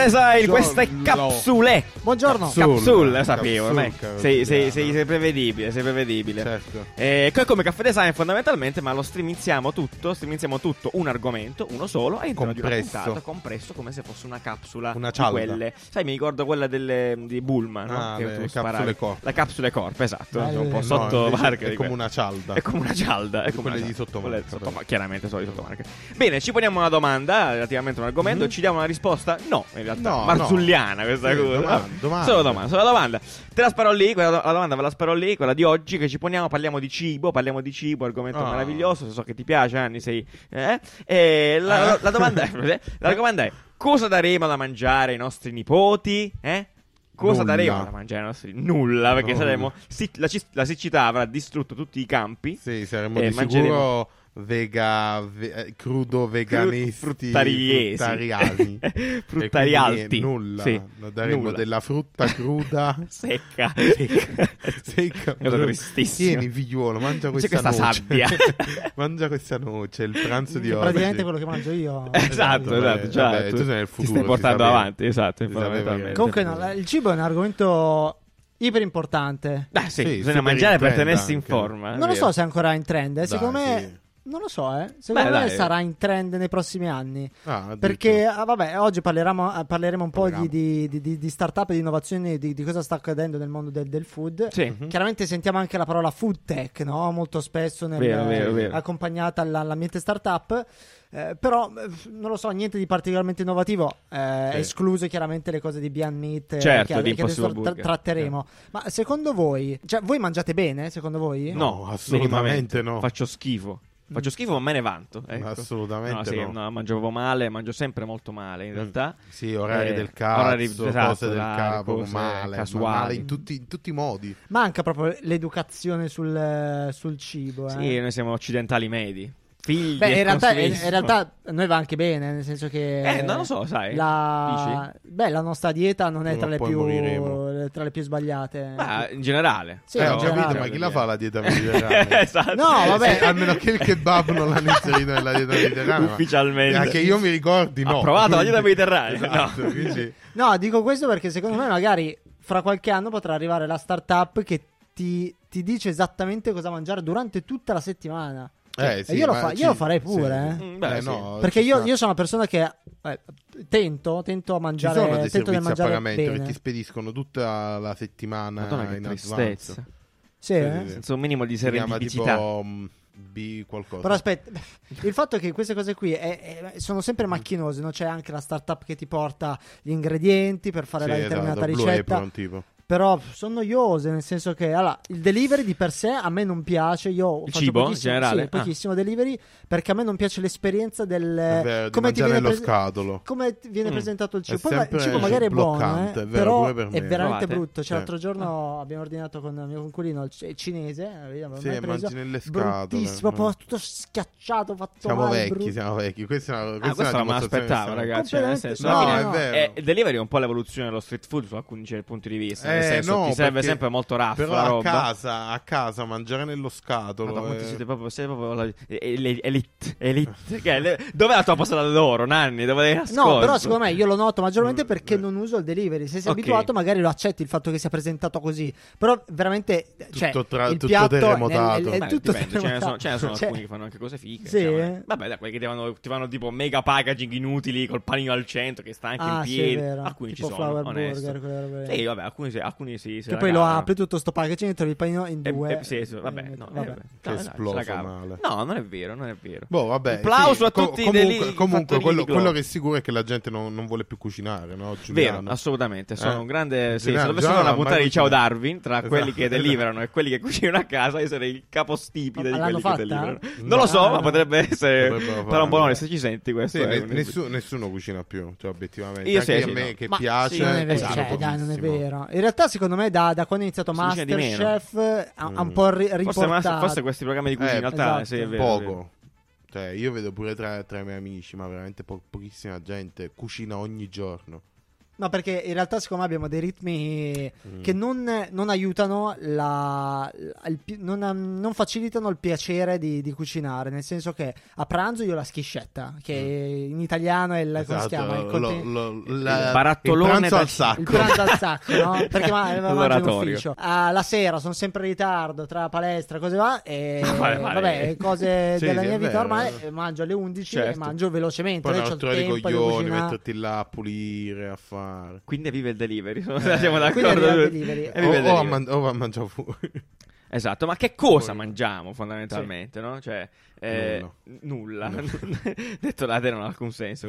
Design, questa è Capsule. Buongiorno. Capsule, lo sapevo. Capsule, Sei prevedibile, Certo. Come Caffè Design fondamentalmente, ma lo streamizziamo tutto, un argomento, uno solo, all'interno di una puntata, compresso come se fosse una capsula. Una di cialda. quelle. Sai, mi ricordo quella di Bullman, no? Le capsule corp. La capsule corp, esatto. Un po' No, sotto invece marca è di come quella. una cialda. È come una cialda. È come quelle una di cialda. sottomarca, Quelle chiaramente sono di sottomarca. Bene, ci poniamo una domanda relativamente a un argomento. Ci diamo una risposta? No, in realtà. No, Marzulliana questa cosa. Solo domanda. Te la sparo lì, la domanda ve la sparo lì, quella di oggi che ci poniamo. Parliamo di cibo, argomento meraviglioso. So che ti piace, Anni, sei. La domanda è: cosa daremo da mangiare ai nostri nipoti? Cosa daremo da mangiare ai nostri? Nulla, perché saremo. La siccità avrà distrutto tutti i campi. Sì, saremo di sicuro crudo veganisti, fruttarialti. Nulla. Sì. Daremo della frutta cruda secca. Cosa tristissima. Tieni, figliuolo, mangia C'è questa questa sabbia. Mangia questa noce, il pranzo di oggi. Praticamente quello che mangio io. Esatto. Vabbè, tu sei nel futuro, ti stai portando avanti, esatto. Comunque il cibo è un argomento iper importante. Sì, bisogna mangiare per tenersi in forma. Non lo so se è ancora in trend, secondo me. Non lo so, secondo me sarà in trend nei prossimi anni. Perché, oggi parleremo un po' di startup e di innovazioni, di cosa sta accadendo nel mondo del food. Sì. Chiaramente sentiamo anche la parola food tech, no? Molto spesso vero. accompagnata all'ambiente startup. Però non lo so, niente di particolarmente innovativo, escluse chiaramente le cose di Beyond Meat, certo, che adesso tratteremo. Ma secondo voi, cioè voi mangiate bene, secondo voi? No, assolutamente no. Faccio schifo, ma me ne vanto, ecco. Assolutamente no, mangio proprio male, mangio sempre molto male in realtà. Sì, orari del cazzo, cose del capo, male in tutti i modi. Manca proprio l'educazione sul cibo. Sì, noi siamo occidentali medi. In realtà a noi va anche bene, nel senso che non lo so, sai. La nostra dieta non è tra le più sbagliate. In generale. Sì, ho capito, ma chi la fa la dieta mediterranea? Esatto. No, vabbè. Almeno che il kebab non l'hanno inserito nella dieta mediterranea. Ufficialmente. Che io mi ricordi, no. Ha provato la dieta mediterranea. Esatto, no. Quindi... No, dico questo perché secondo me magari fra qualche anno potrà arrivare la startup che ti dice esattamente cosa mangiare durante tutta la settimana. Sì, io lo farei pure, sì. No, perché io sono una persona che tento a mangiare. Ci sono dei tento servizi a pagamento bene. che ti spediscono tutta la settimana. Madonna, che in tristezza. advance. Sì. Senza un minimo di serendipità. Tipo qualcosa. Però aspetta, il fatto è che queste cose qui sono sempre macchinose, no? C'è anche la startup che ti porta gli ingredienti per fare la determinata ricetta. Apron, tipo. Però sono noiose, nel senso che il delivery di per sé a me non piace. Io il faccio cibo in generale? pochissimo delivery, perché a me non piace l'esperienza del come ti viene nello scatolo. Come viene presentato il cibo. Poi sempre il cibo magari è buono, però per è me. veramente brutto. Cioè, l'altro giorno abbiamo ordinato con il mio conculino il cinese, mangi nelle scatole. Bruttissimo, proprio tutto schiacciato, fatto siamo male. Vecchi. Questa non me l'aspettavo, ragazzi. Nel senso, è vero. Il delivery è un po' l'evoluzione dello street food su alcuni punti di vista. Nel senso, ti serve sempre molto raffa. Però la roba. a casa mangiare nello scatolo. Madonna, siete proprio elite. Dov'è la tua posta d'oro, Nanni? Dove l'hai nascosto? No, però secondo me io lo noto maggiormente perché non uso il delivery. Se sei abituato magari lo accetti il fatto che sia presentato così. Però veramente il piatto terremotato. È tutto terremotato. Ce ne sono alcuni che fanno anche cose fighe. Sì. Vabbè, da quelli che ti vanno tipo mega packaging inutili col panino al centro che sta anche in piedi. Alcuni tipo ci sono, Flower onesto. Burger, sì, vabbè, alcuni sì. Che poi lo apri tutto sto packaging e trovi il panino in due. Vabbè, no, che è esploso male. No, non è vero. Boh, vabbè. Applauso a tutti comunque quello che è sicuro è che la gente non vuole più cucinare, no? Vero, assolutamente. Sono un grande. Se dovesse fare una puntata di Ciao Darwin tra quelli che deliverano e quelli che cucinano a casa, io sarei il capostipite di quelli che deliverano. Non lo so, ma potrebbe essere. Però un buon onore se ci senti questo. Nessuno cucina più, cioè obiettivamente. Io anche a me che piace. Non è vero. In realtà, secondo me, da quando è iniziato Masterchef ha un po' riportato. Forse questi programmi di cucina in realtà sì, è vero. Poco. Cioè, io vedo pure tra i miei amici, ma veramente pochissima gente cucina ogni giorno. No, perché in realtà secondo me abbiamo dei ritmi che non aiutano non facilitano il piacere di cucinare, nel senso che a pranzo io la schiscetta, che in italiano è il, come si chiama? Il barattolone al sacco. Il pranzo al sacco, no? Perché mangio in ufficio. La sera sono sempre in ritardo tra palestra, cose va e vabbè, cose della mia vita ormai mangio alle 11 e mangio velocemente. Poi non trovi i coglioni, metterti là a pulire, a fare. Quindi vive il delivery, siamo d'accordo. O va a mangiare fuori. Esatto, ma che cosa mangiamo fondamentalmente, no? Cioè, nulla. Detto da te non ha alcun senso.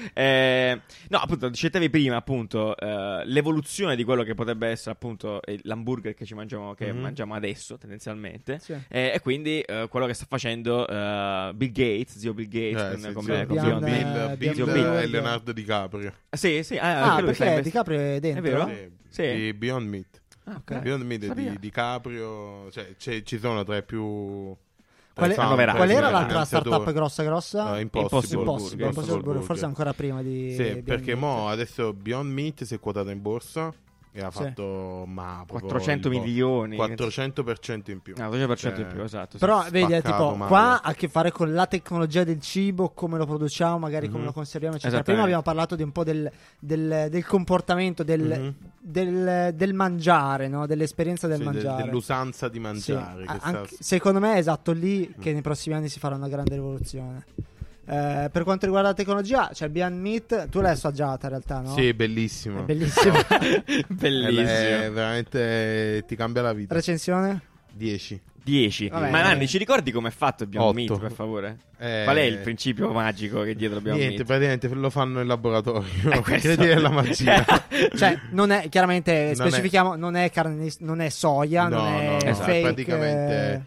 No, appunto, dicevi prima, appunto, l'evoluzione di quello che potrebbe essere, appunto, l'hamburger che mangiamo adesso, tendenzialmente. Sì. E quindi quello che sta facendo Bill Gates, zio Bill Gates, con Bill e Leonardo DiCaprio. Sì. Perché DiCaprio è dentro? È vero? Sì. Beyond Meat. Okay. Beyond Meat di DiCaprio, cioè ci sono tra i più. Qual era l'altra startup grossa? Impossible Burger, forse ancora prima di. Sì, perché mo adesso Beyond Meat si è quotata in borsa e ha fatto 400 milioni 400% in più. 400% in più, esatto. Però vedi, tipo, qua ha a che fare con la tecnologia del cibo, come lo produciamo, magari come lo conserviamo, eccetera. Prima abbiamo parlato di un po' del comportamento del mangiare, no? Dell'esperienza del mangiare, dell'usanza di mangiare. Secondo me è esatto lì che nei prossimi anni si farà una grande rivoluzione. Per quanto riguarda la tecnologia, c'è Beyond Meat, tu l'hai assaggiata in realtà, no? Sì, bellissimo. È bellissimo. Bellissimo. Veramente ti cambia la vita. Recensione? 10. Ma Nanni, ci ricordi com'è fatto il Beyond Meat, per favore? Qual è il principio magico che dietro Beyond Meat? Niente, praticamente lo fanno in laboratorio. Credi nella magia. Cioè, non è, chiaramente, specifichiamo, non è carne, non è soia, non è fake. Praticamente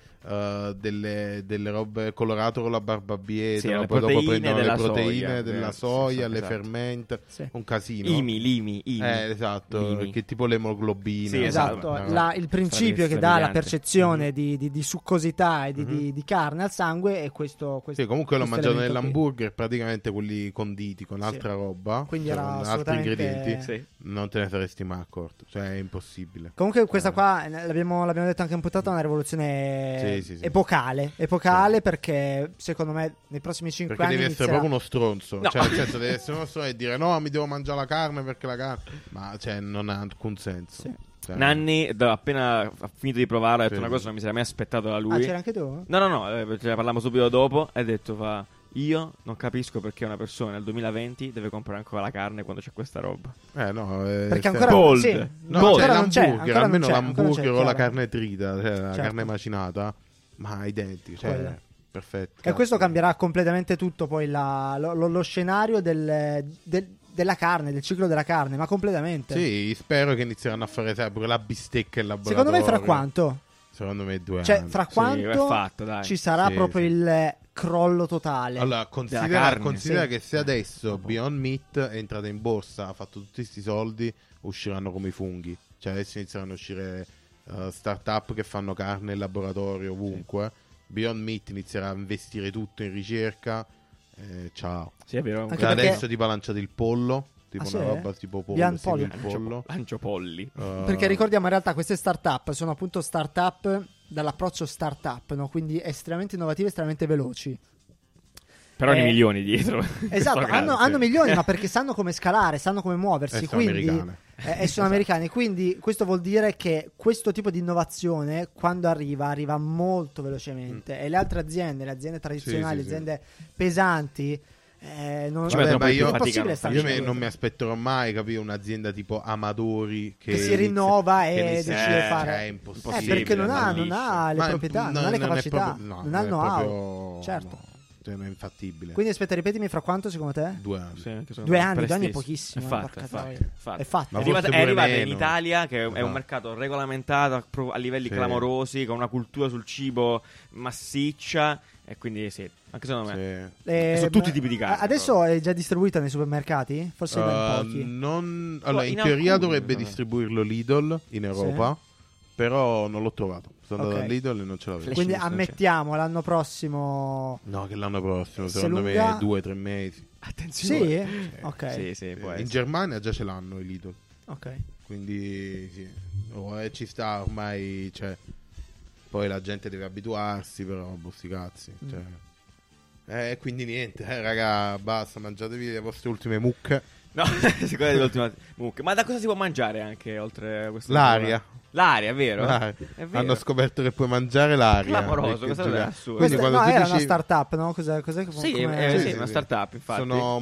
delle robe colorato con la barbabietola, poi dopo prendono le proteine della soia, le fermenta, un casino. Limi. Esatto, che tipo l'emoglobina. Sì, esatto. Il principio che dà la percezione di succosità e di carne al sangue è questo. Sì, comunque l'ho mangiato nell'hamburger, praticamente quelli conditi con altra roba, quindi era altri ingredienti. Non te ne saresti mai accorto, cioè è impossibile. Comunque questa qua l'abbiamo detto anche in puntata, è una rivoluzione epocale perché secondo me nei prossimi 5 anni devi essere proprio uno stronzo, cioè nel senso devi essere uno stronzo e dire no, mi devo mangiare la carne perché la carne, ma cioè non ha alcun senso. Nanni appena ha finito di provare ha detto una cosa che non mi sarei mai aspettato da lui. C'era anche tu? No, ce ne parliamo subito dopo e ha detto io non capisco perché una persona nel 2020 deve comprare ancora la carne quando c'è questa roba. Perché ancora bold. L'hamburger, almeno l'hamburger o la carne trita, cioè la carne macinata, ma identica, cioè perfetto. E questo cambierà completamente tutto poi lo scenario della carne, del ciclo della carne, ma completamente. Sì, spero che inizieranno a fare pure la bistecca in laboratorio. Secondo me fra quanto? Secondo me 2 cioè, anni. Fra quanto ci sarà proprio il crollo totale? Allora, considera che se adesso Beyond Meat è entrata in borsa, ha fatto tutti questi soldi, usciranno come i funghi. Cioè adesso inizieranno a uscire start-up che fanno carne in laboratorio ovunque. Beyond Meat inizierà a investire tutto in ricerca. Ciao. Sì, è vero. Adesso tipo ha lanciato il pollo. Tipo una roba tipo pollo. Lancio polli. Perché ricordiamo, in realtà queste startup sono appunto startup dall'approccio startup, no? Quindi estremamente innovative, estremamente veloci. Però hanno milioni dietro. Esatto, hanno milioni, ma perché sanno come scalare, sanno come muoversi. E sono americane. Quindi questo vuol dire che questo tipo di innovazione, quando arriva molto velocemente. E le altre aziende, le aziende tradizionali, le aziende pesanti, non è possibile stare. Io non mi aspetterò mai, capire un'azienda tipo Amadori che si rinnova e decide di fare. È impossibile. Perché non ha le proprietà, non ha le capacità, non ha il know-how. Certo. È infattibile. Quindi aspetta, ripetimi, fra quanto secondo te? 2 anni. Sì, 2 anni, 2 anni è pochissimo. È fatto. È arrivata in Italia, che è un mercato regolamentato a livelli clamorosi, con una cultura sul cibo massiccia. E quindi anche secondo me sono tutti i tipi di carne. Adesso è già distribuita nei supermercati? Forse ben pochi. Allora, in teoria dovrebbe distribuirlo Lidl in Europa. Però non l'ho trovato. Sono andato a Lidl e non ce l'avevo. Quindi ammettiamo l'anno prossimo. No, che l'anno prossimo, secondo me 2 o 3 mesi. Attenzione. Sì? Ok. Sì, può In essere. Germania già ce l'hanno i Lidl. Ok. Quindi sì. Ci sta ormai, cioè, poi la gente deve abituarsi, però sti cazzi, cioè. Quindi niente, raga, basta, mangiatevi le vostre ultime mucche. No, quella è l'ultima mucca. Ma da cosa si può mangiare anche oltre a questo? L'aria. L'aria, è vero? L'aria. È vero. Hanno scoperto che puoi mangiare l'aria. Clamoroso, questa è assurdo. Quindi quando tu era dici... una startup, no? Cos'è Sì, come... sì, una startup, infatti. Sono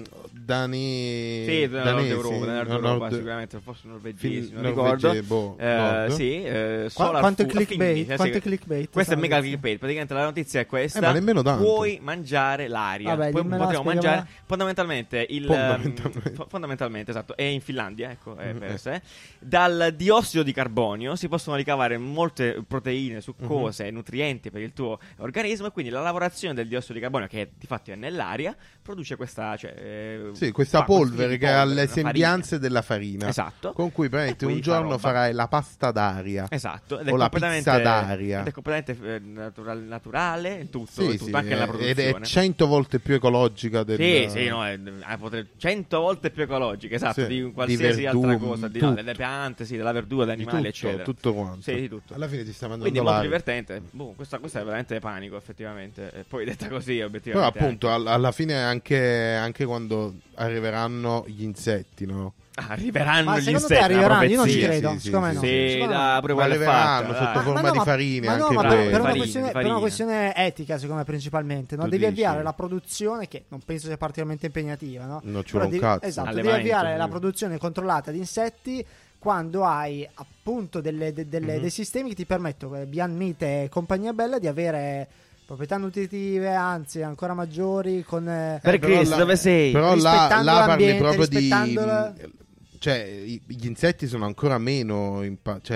danesi. Sì, nord danesi, Europa, sicuramente, forse norvegesi, non ricordo. Sì, quanto clickbait? Questo è mega clickbait. Praticamente la notizia è questa: ma nemmeno tanto. puoi mangiare l'aria. Vabbè, Potremo mangiare fondamentalmente fondamentalmente, esatto, è in Finlandia, ecco, per sé. Dal diossido di carbonio si possono ricavare molte proteine succose e nutrienti per il tuo organismo, e quindi la lavorazione del diossido di carbonio, che di fatto è nell'aria, produce questa questa polvere che ha le sembianze della farina. Esatto. Con cui praticamente un giorno farai la pasta d'aria. Esatto. O la pizza d'aria. Ed è completamente naturale, tutto, anche nella produzione. Ed è 100 volte più ecologica del... Sì, no, 100 volte più ecologica, esatto, di qualsiasi altra cosa, delle piante, delle verdure, degli animali, eccetera. Tutto quanto. Sì, di tutto. Alla fine ti sta mandando quindi è molto l'aria. divertente. Questa è veramente panico, effettivamente. E poi detta così, obiettivamente. Però appunto alla fine anche quando arriveranno gli insetti, no? Arriveranno gli secondo insetti. te arriveranno? Io non ci Sì, credo. Siccome no. Sì, pure ma arriveranno sotto forma di farine. Anche per una questione etica, secondo me, principalmente. No? Devi avviare la produzione, che non penso sia particolarmente impegnativa, no? Non ci vuole un cazzo. Esatto, devi avviare la produzione controllata di insetti quando hai appunto dei sistemi che ti permettono, Beyond Meat e compagnia bella, di avere proprietà nutritive, anzi ancora maggiori, con per Chris, dove sei? Però là parli proprio di... Cioè, gli insetti sono ancora meno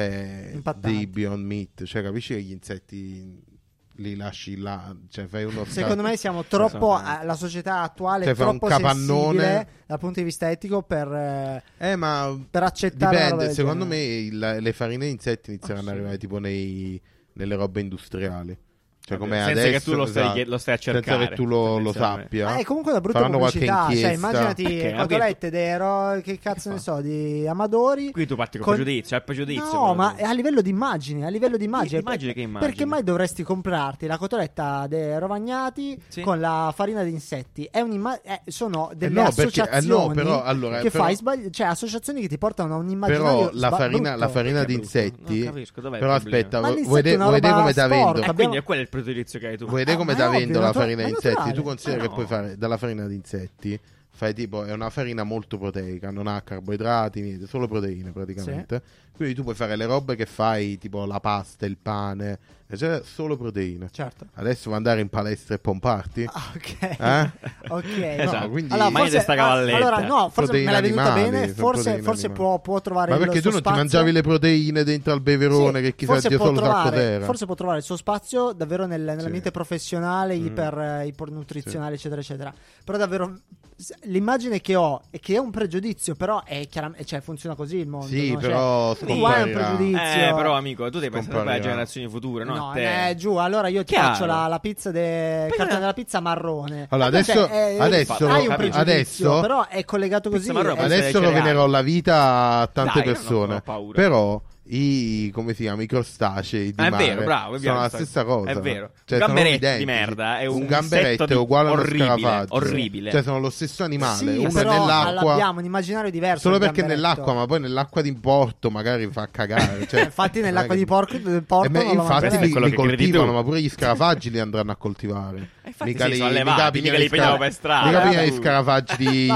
dei Beyond Meat. Cioè, capisci che gli insetti li lasci là? Cioè, fai uno secondo me siamo troppo... la società attuale è troppo sensibile dal punto di vista etico per accettare. Dipende, secondo me le farine di insetti inizieranno ad arrivare tipo nelle robe industriali. Cioè, come senza adesso, che tu lo stai a cercare, senza che tu lo sappia. È comunque una brutta pubblicità. Cioè, immaginati cotolette che cazzo ne so, di Amadori. Qui tu parti con pregiudizio. No, ma a livello di immagine. Immagine. Perché mai dovresti comprarti la cotoletta dei Rovagnati con la farina di insetti? Sono delle associazioni che fai cioè associazioni che ti portano a un immaginario. Però la farina di insetti. Non capisco, dov'è però il aspetta, vuoi vedere come da vendono. Quindi è quello il pregiudizio che hai tu. Vuoi vedere come da vendo la farina di insetti? naturale. Tu consideri che puoi fare dalla farina di insetti, fai tipo, è una farina molto proteica, non ha carboidrati, niente, solo proteine praticamente. Quindi tu puoi fare le robe che fai, tipo la pasta, il pane, cioè solo proteine. Certo. Adesso vuoi andare in palestra e pomparti? Ok. Ok. Esatto. No, quindi forse, sta cavalletta. allora no, forse me l'hai venuta animali, bene. Forse può trovare ma il perché suo tu non ti spazio. mangiavi le proteine dentro al beverone, che chissà Dio solo sa cos'era. Forse può trovare il suo spazio davvero nell'ambiente professionale, ipernutrizionale, eccetera, eccetera. Però davvero l'immagine che ho è che è un pregiudizio, però è chiaramente, cioè funziona così il mondo. Sì, no? però tu hai un pregiudizio. Però amico, tu devi pensare alle generazioni future, no? No, a te. giù, allora io ti faccio la pizza carne della pizza marrone. Allora adesso hai un pregiudizio, però è collegato così. Adesso rovinerò la vita a tante persone. Però come si chiama, i crostacei di mare, vero, bravo, sono la stessa cosa. È vero. Cioè, un gamberetto di merda è un gamberetto è uguale a uno scarafaggio. Orribile. Cioè sono lo stesso animale. Sì, uno però è nell'acqua. Abbiamo un immaginario diverso. Solo perché nell'acqua, ma poi nell'acqua di porto magari fa cagare. Cioè, infatti nell'acqua di porto infatti li coltivano, ma pure gli scarafaggi li andranno a coltivare. Mica li pigliamo per strada. Mica pigliano gli scarafaggi di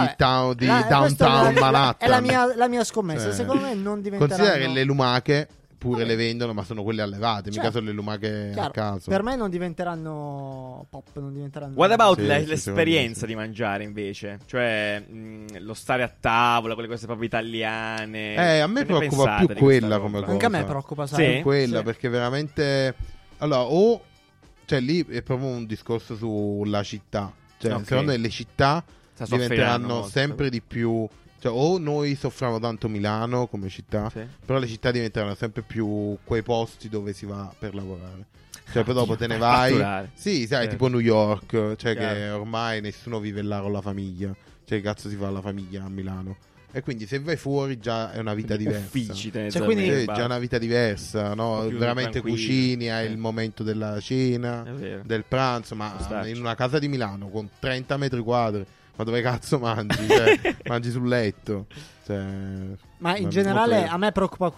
downtown Manhattan. È la mia scommessa. Secondo me non diventeranno. Considera che le lumache pure le vendono, ma sono quelle allevate, mica sono le lumache a caso. Per me non diventeranno pop, non diventeranno. What about l'esperienza di mangiare invece? Cioè lo stare a tavola, quelle cose proprio italiane. A me preoccupa più quella come cosa. Anche a me preoccupa, sai? Sì? Quella perché veramente allora cioè lì è proprio un discorso sulla città. Cioè secondo me le città diventeranno sempre di più Cioè, o noi soffriamo tanto Milano come città, però le città diventeranno sempre più quei posti dove si va per lavorare. Cioè, poi dopo te ne vai. Sì, sai, tipo New York, cioè che ormai nessuno vive là con la famiglia. Cioè, che cazzo si fa la famiglia a Milano? E quindi se vai fuori già è una vita diversa. Cioè, quindi è già una vita diversa, no? Veramente cucini, hai il momento della cena, del pranzo, ma in una casa di Milano con 30 metri quadri, ma dove cazzo mangi? Cioè, mangi sul letto. Cioè, ma in generale a me preoccupa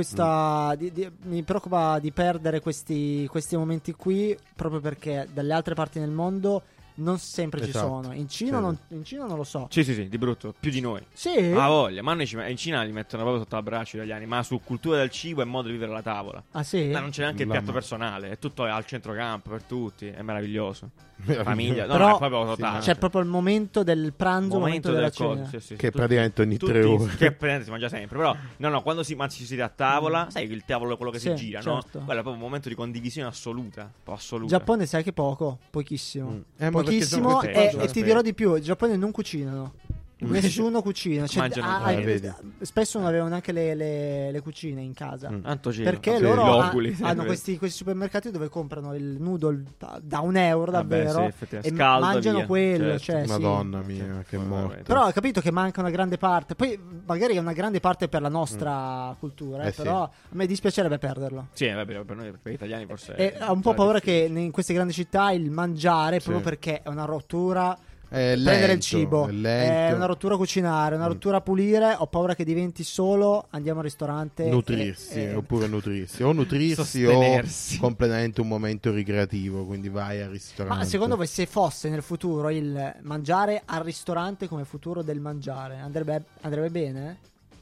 mi preoccupa di perdere questi momenti qui, proprio perché dalle altre parti del mondo non sempre ci sono. In Cina, in Cina non lo so. Sì, di brutto, più di noi. Sì. Ha voglia, ma noi in Cina li mettono proprio sotto al braccio gli italiani, ma su cultura del cibo e modo di vivere alla tavola. Ah, sì? Ma non c'è neanche il piatto personale, è tutto al centrocampo per tutti, è meraviglioso. Famiglia, però è proprio totale. C'è proprio il momento del pranzo, momento della cena. Che praticamente ogni 3 ore. Che praticamente si mangia sempre, però no, quando si siede a tavola, sai il tavolo è quello che si gira, no? Quello è proprio un momento di condivisione assoluta. Giappone sai che pochissimo. Pochissimo e ti dirò di più, il Giappone non cucinano. Nessuno cucina, spesso non avevano neanche le cucine in casa, perché loro hanno questi supermercati dove comprano il noodle da €1 davvero, e mangiano quello, cioè, Madonna mia, che morte. Però ho capito che manca una grande parte, poi magari è una grande parte per la nostra cultura, però a me dispiacerebbe perderlo. Sì, per noi, per gli italiani forse e ho un po' paura che in queste grandi città il mangiare, proprio perché è una rottura. Prendere il cibo è una rottura, cucinare una rottura, pulire. Ho paura che diventi solo andiamo al ristorante, nutrirsi oppure nutrirsi o completamente un momento ricreativo, quindi vai al ristorante. Ma secondo voi, se fosse nel futuro il mangiare al ristorante come futuro del mangiare, andrebbe bene?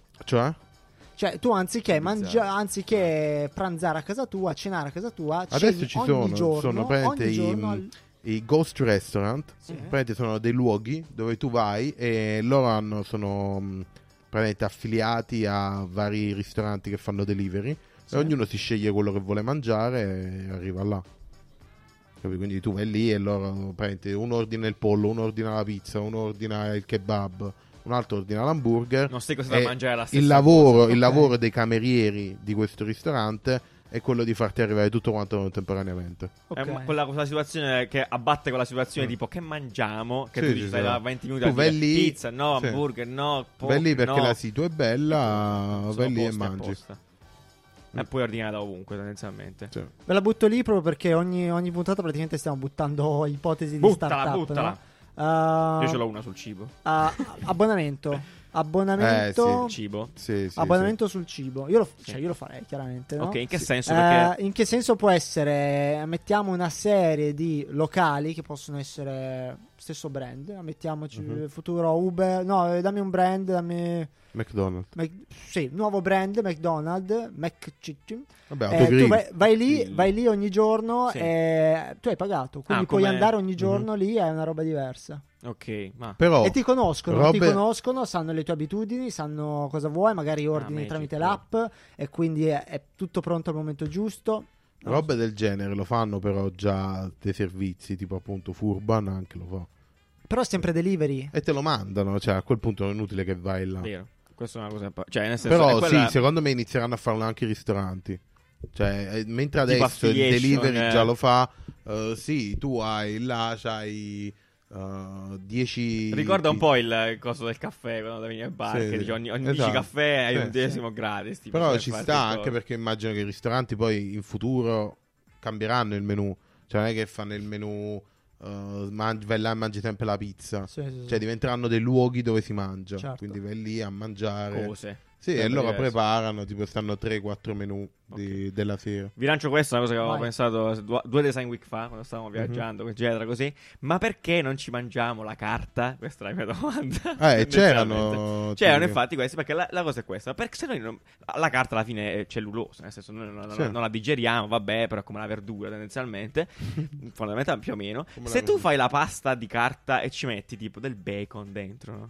Cioè tu anziché pranzare a casa tua, cenare a casa tua, adesso ci sono i ghost restaurant, sono dei luoghi dove tu vai e loro sono praticamente affiliati a vari ristoranti che fanno delivery, e ognuno si sceglie quello che vuole mangiare e arriva là. Quindi tu vai lì e loro praticamente uno ordina il pollo, uno ordina la pizza, uno ordina il kebab, un altro ordina l'hamburger. Non sai cosa da mangiare la stessa il lavoro dei camerieri di questo ristorante è quello di farti arrivare tutto quanto contemporaneamente. È quella situazione che abbatte quella situazione tipo che mangiamo, che tu dici stai da 20 minuti tu vai lì, pizza, no, hamburger, no, vai lì perché la situa è bella, vai lì e mangi. E poi ordinata ovunque tendenzialmente. Ve la butto lì proprio perché ogni puntata praticamente stiamo buttando ipotesi di startup. Buttala. No? Io ce l'ho una sul cibo. Abbonamento cibo. Abbonamento sul cibo. Io lo farei chiaramente, no? Ok, in che senso? Perché... in che senso può essere? Mettiamo una serie di locali che possono essere stesso brand. Mettiamoci futuro Uber. No, dammi un brand, dammi McDonald's. Nuovo brand McDonald's, McChicken. Vabbè, tu vai lì ogni giorno e tu hai pagato, quindi puoi andare ogni giorno lì, è una roba diversa. Ok, però, e ti conoscono, sanno le tue abitudini, sanno cosa vuoi, magari ordini tramite l'app e quindi è tutto pronto al momento giusto. Robe del genere lo fanno però già dei servizi, tipo appunto Furban anche lo fa. Però è sempre delivery. E te lo mandano, cioè a quel punto è inutile che vai là. Vero, questa è una cosa, cioè nel senso, però secondo me inizieranno a farlo anche i ristoranti. Cioè, mentre adesso il delivery già lo fa, tu c'hai 10. Ricorda un po' il coso del caffè quando venivi al bar, che dice ogni 10 caffè hai un decimo gratis. Tipo, però ci sta anche perché immagino che i ristoranti poi in futuro cambieranno il menù. Cioè, non è che fanno il menù. Vai là e mangi sempre la pizza. Cioè, diventeranno dei luoghi dove si mangia. Quindi vai lì a mangiare cose. Sì, e loro preparano, tipo stanno 3-4 menù della sera. Vi lancio questa, una cosa che avevo pensato 2 design week fa, quando stavamo viaggiando, eccetera, così. Ma perché non ci mangiamo la carta? Questa è la mia domanda. C'erano, infatti questi, perché la cosa è questa. Perché se noi la carta alla fine è cellulosa, nel senso noi non la digeriamo, vabbè, però è come la verdura tendenzialmente, fondamentalmente più o meno. Se tu fai la pasta di carta e ci metti tipo del bacon dentro, no?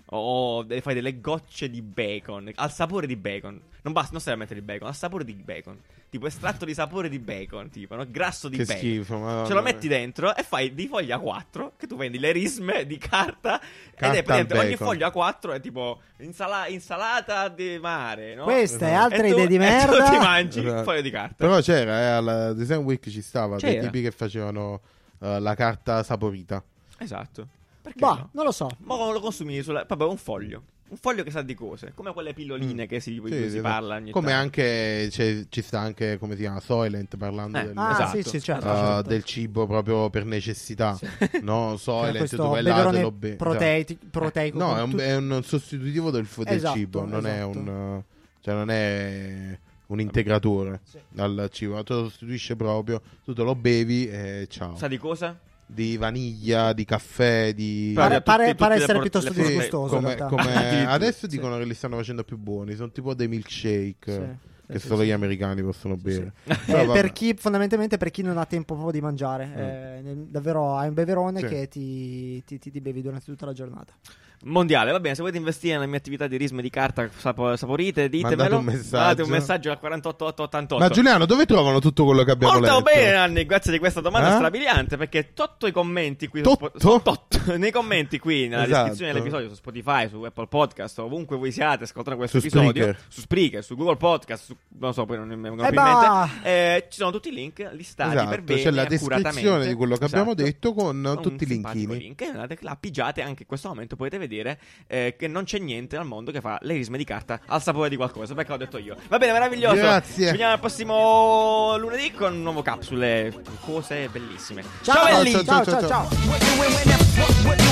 o fai delle gocce di bacon al sapore di bacon. Non basta, non stai a mettere il bacon, al sapore di bacon. Tipo estratto di sapore di bacon, tipo, no? Grasso di che bacon. Schifo, ce lo metti dentro e fai di foglia 4, che tu vendi le risme di carta ed è al ogni bacon. foglia 4 è tipo insalata di mare, no? Queste e altre idee di merda. E tu ti mangi foglia di carta. Però c'era, al Design Week ci stava dei C'era. tipi che facevano la carta saporita. Esatto. Perché Boh, no? non lo so. Ma come lo consumi proprio un foglio. Un foglio che sa di cose, come quelle pilloline che si parla ogni come tanto. anche ci sta anche, come si chiama, Soylent, parlando esatto. Sì, certo. del cibo proprio per necessità. No, Soylent, tu vai là, beverone te lo bevi. proteico. No, è un sostitutivo del Esatto, cibo, non è esatto. non è un integratore al cibo, te lo sostituisce proprio, tu te lo bevi e ciao. Sa di cosa? Di vaniglia, di caffè, di... Pare essere piuttosto disgustoso. Come adesso dicono che li stanno facendo più buoni, sono tipo dei milkshake che solo gli americani possono bere. Per chi, fondamentalmente, per chi non ha tempo proprio di mangiare, davvero hai un beverone che ti bevi durante tutta la giornata. Mondiale, va bene, se volete investire nelle mie attività di risme di carta saporite, ditemelo. Mandate un messaggio al 48888. Ma Giuliano, dove trovano tutto quello che abbiamo letto? Molto bene, Nanni, grazie di questa domanda strabiliante, perché tutto i commenti qui nei commenti qui nella descrizione dell'episodio su Spotify, su Apple Podcast, ovunque voi siate ascoltando questo episodio, su Spreaker, su Google Podcast, non so, poi non mi vengono più in mente, ci sono tutti i link listati per bene, c'è la descrizione di quello che abbiamo detto con tutti i linkini. Link, e la pigiate anche in questo momento, potete vedere che non c'è niente al mondo che fa le risme di carta al sapore di qualcosa, perché l'ho detto io. Va bene, meraviglioso. Grazie. Ci vediamo al prossimo lunedì con un nuovo capsule, cose bellissime. Ciao belli. Ciao.